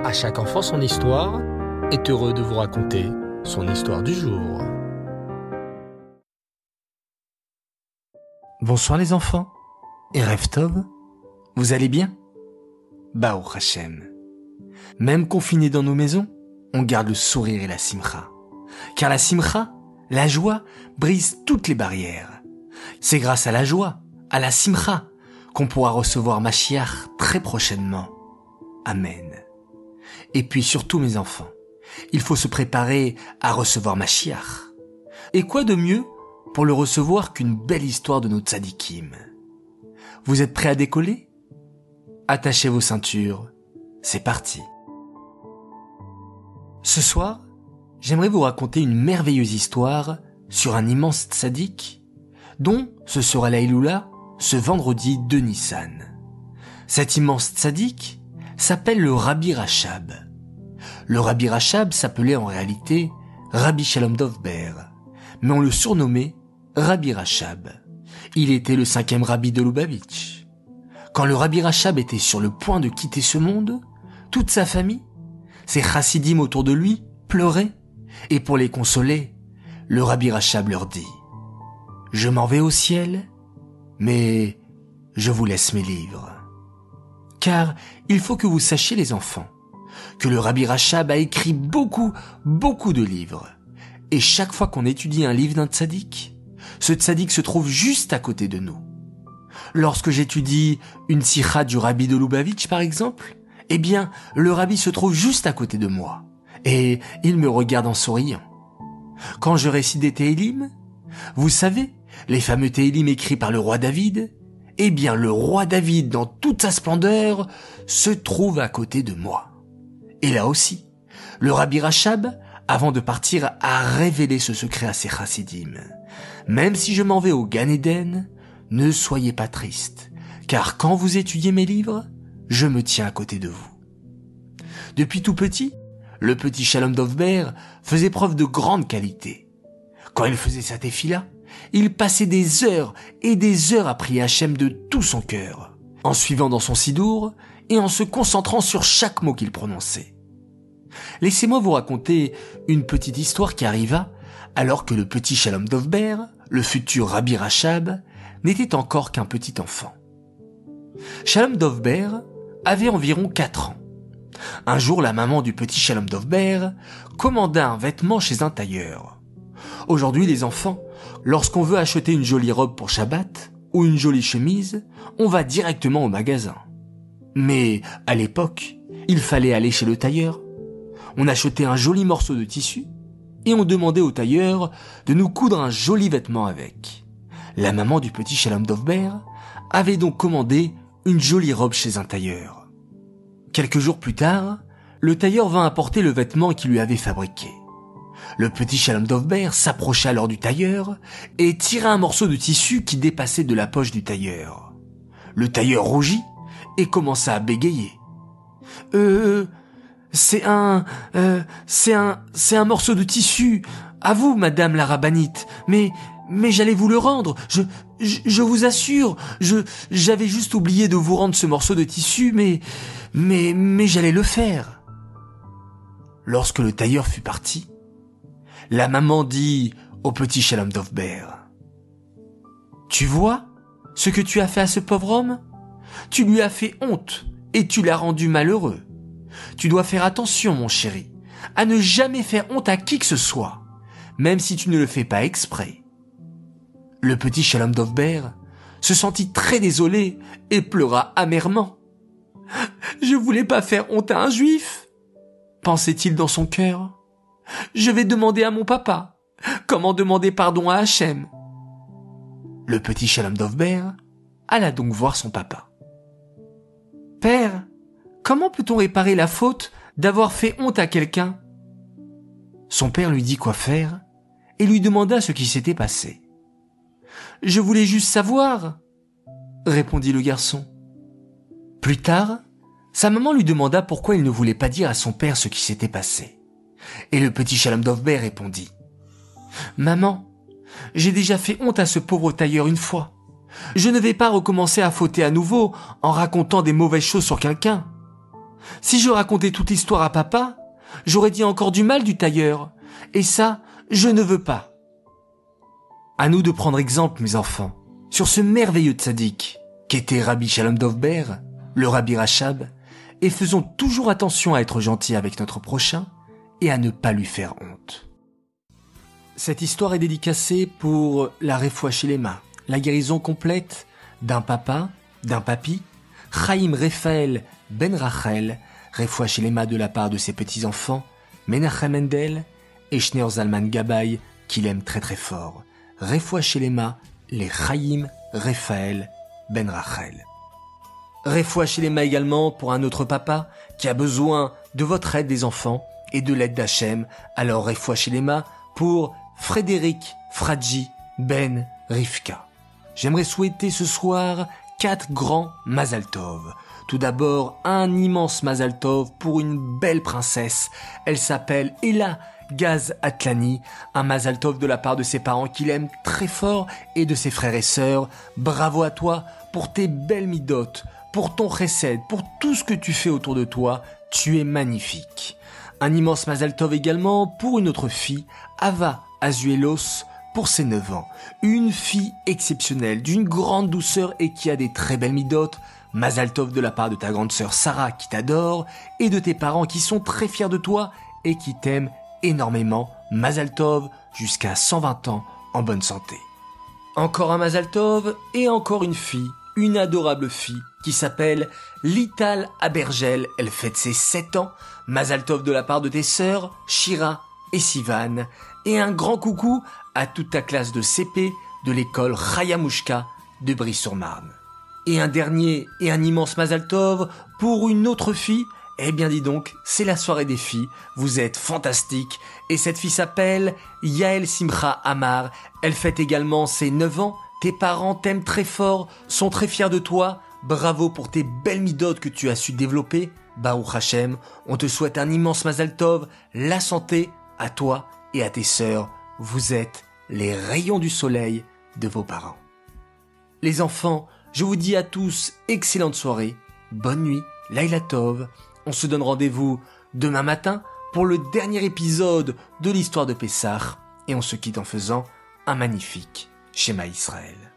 À chaque enfant son histoire est heureux de vous raconter son histoire du jour. Bonsoir les enfants, et Erev Tov, vous allez bien? Baruch Hashem. Même confinés dans nos maisons, on garde le sourire et la simcha. Car la simcha, la joie, brise toutes les barrières. C'est grâce à la joie, à la simcha, qu'on pourra recevoir Mashiach très prochainement. Amen. Et puis surtout mes enfants, il faut se préparer à recevoir Mashiach. Et quoi de mieux pour le recevoir qu'une belle histoire de nos tzadikim? Vous êtes prêts à décoller? Attachez vos ceintures, c'est parti. Ce soir, j'aimerais vous raconter une merveilleuse histoire sur un immense tzadik, dont ce sera la Iloula ce vendredi 2 Nissan. Cet immense tzadik s'appelle le Rabbi Rachab. Le Rabbi Rachab s'appelait en réalité Rabbi Shalom Dov Ber, mais on le surnommait Rabbi Rachab. Il était le 5e rabbi de Lubavitch. Quand le Rabbi Rachab était sur le point de quitter ce monde, toute sa famille, ses chassidim autour de lui, pleuraient, et pour les consoler, le Rabbi Rachab leur dit « Je m'en vais au ciel, mais je vous laisse mes livres. » Car il faut que vous sachiez les enfants, que le Rabbi Rachab a écrit beaucoup de livres. Et chaque fois qu'on étudie un livre d'un tzaddik, ce tzaddik se trouve juste à côté de nous. Lorsque j'étudie une sikha du rabbi de Lubavitch par exemple, eh bien, le rabbi se trouve juste à côté de moi. Et il me regarde en souriant. Quand je récite des Téhilim, vous savez, les fameux Téhilim écrits par le roi David, eh bien, le roi David, dans toute sa splendeur, se trouve à côté de moi. Et là aussi, le Rabbi Rachab, avant de partir, a révélé ce secret à ses chassidim. Même si je m'en vais au Gan Eden, ne soyez pas tristes, car quand vous étudiez mes livres, je me tiens à côté de vous. Depuis tout petit, le petit Shalom Dov Ber faisait preuve de grande qualité. Quand il faisait sa tefila, il passait des heures et des heures à prier Hachem de tout son cœur, en suivant dans son sidour et en se concentrant sur chaque mot qu'il prononçait. Laissez-moi vous raconter une petite histoire qui arriva alors que le petit Shalom Dov Ber, le futur Rabbi Rachab, n'était encore qu'un petit enfant. Shalom Dov Ber avait environ 4 ans. Un jour, la maman du petit Shalom Dov Ber commanda un vêtement chez un tailleur. Aujourd'hui, les enfants, lorsqu'on veut acheter une jolie robe pour Shabbat ou une jolie chemise, on va directement au magasin. Mais à l'époque, il fallait aller chez le tailleur. On achetait un joli morceau de tissu et on demandait au tailleur de nous coudre un joli vêtement avec. La maman du petit Shalom Dov Ber avait donc commandé une jolie robe chez un tailleur. Quelques jours plus tard, le tailleur vint apporter le vêtement qu'il lui avait fabriqué. Le petit Shalom Dov Ber s'approcha alors du tailleur et tira un morceau de tissu qui dépassait de la poche du tailleur. Le tailleur rougit et commença à bégayer. C'est un morceau de tissu. À vous, madame la rabbinite. Mais j'allais vous le rendre. Je vous assure. J'avais juste oublié de vous rendre ce morceau de tissu, mais j'allais le faire. Lorsque le tailleur fut parti, la maman dit au petit Shalom Dov Ber, « Tu vois ce que tu as fait à ce pauvre homme? Tu lui as fait honte et tu l'as rendu malheureux. Tu dois faire attention, mon chéri, à ne jamais faire honte à qui que ce soit, même si tu ne le fais pas exprès. » Le petit Shalom Dov Ber se sentit très désolé et pleura amèrement. « Je voulais pas faire honte à un juif, » pensait-il dans son cœur. « Je vais demander à mon papa. Comment demander pardon à Hachem ?» Le petit Shalom Dov Ber alla donc voir son papa. « Père, comment peut-on réparer la faute d'avoir fait honte à quelqu'un ?» Son père lui dit quoi faire et lui demanda ce qui s'était passé. « Je voulais juste savoir, » répondit le garçon. Plus tard, sa maman lui demanda pourquoi il ne voulait pas dire à son père ce qui s'était passé. Et le petit Shalom Dov Ber répondit « Maman, j'ai déjà fait honte à ce pauvre tailleur une fois. Je ne vais pas recommencer à fauter à nouveau en racontant des mauvaises choses sur quelqu'un. » Si je racontais toute l'histoire à papa, j'aurais dit encore du mal du tailleur. Et ça, je ne veux pas. À nous de prendre exemple, mes enfants, sur ce merveilleux tzaddik qu'était Rabbi Shalom Dovber, le Rabbi Rachab, et faisons toujours attention à être gentils avec notre prochain et à ne pas lui faire honte. Cette histoire est dédicacée pour la Refoua Shelema, la guérison complète d'un papa, d'un papy, Chaim Raphaël Ben Rachel, Refoua Shelema de la part de ses petits-enfants, Menachem Mendel et Schneur Zalman Gabay, qu'il aime très très fort. Refoua Shelema, les Chaim Raphaël Ben Rachel. Refoua Shelema également pour un autre papa qui a besoin de votre aide des enfants et de l'aide d'Hachem. Alors Refoua Shelema pour Frédéric Fradji Ben Rivka. J'aimerais souhaiter ce soir 4 grands Mazal Tov. Tout d'abord, un immense Mazal Tov pour une belle princesse. Elle s'appelle Ella Gaz Atlani, un Mazal Tov de la part de ses parents qu'il aime très fort et de ses frères et sœurs. Bravo à toi pour tes belles midotes, pour ton chesed, pour tout ce que tu fais autour de toi. Tu es magnifique. Un immense Mazal Tov également pour une autre fille, Ava Azuelos, pour ses 9 ans. Une fille exceptionnelle, d'une grande douceur et qui a des très belles midotes. Mazal Tov de la part de ta grande sœur Sarah qui t'adore et de tes parents qui sont très fiers de toi et qui t'aiment énormément. Mazal Tov jusqu'à 120 ans en bonne santé. Encore un Mazal Tov et encore une fille, une adorable fille qui s'appelle Lital Abergel. Elle fête ses 7 ans. Mazal Tov de la part de tes sœurs Shira et Sivan. Et un grand coucou à toute ta classe de CP de l'école Chayamushka de Brie-sur-Marne. Et un dernier et un immense Mazal Tov pour une autre fille. Eh bien dis donc, c'est la soirée des filles, vous êtes fantastiques. Et cette fille s'appelle Yael Simcha Amar. Elle fête également ses 9 ans. Tes parents t'aiment très fort, sont très fiers de toi. Bravo pour tes belles midotes que tu as su développer. Baruch Hashem, on te souhaite un immense Mazal Tov, la santé à toi et à tes sœurs. Vous êtes les rayons du soleil de vos parents. Les enfants, je vous dis à tous excellente soirée, bonne nuit, Laila Tov. On se donne rendez-vous demain matin pour le dernier épisode de l'histoire de Pessah et on se quitte en faisant un magnifique Shema Israël.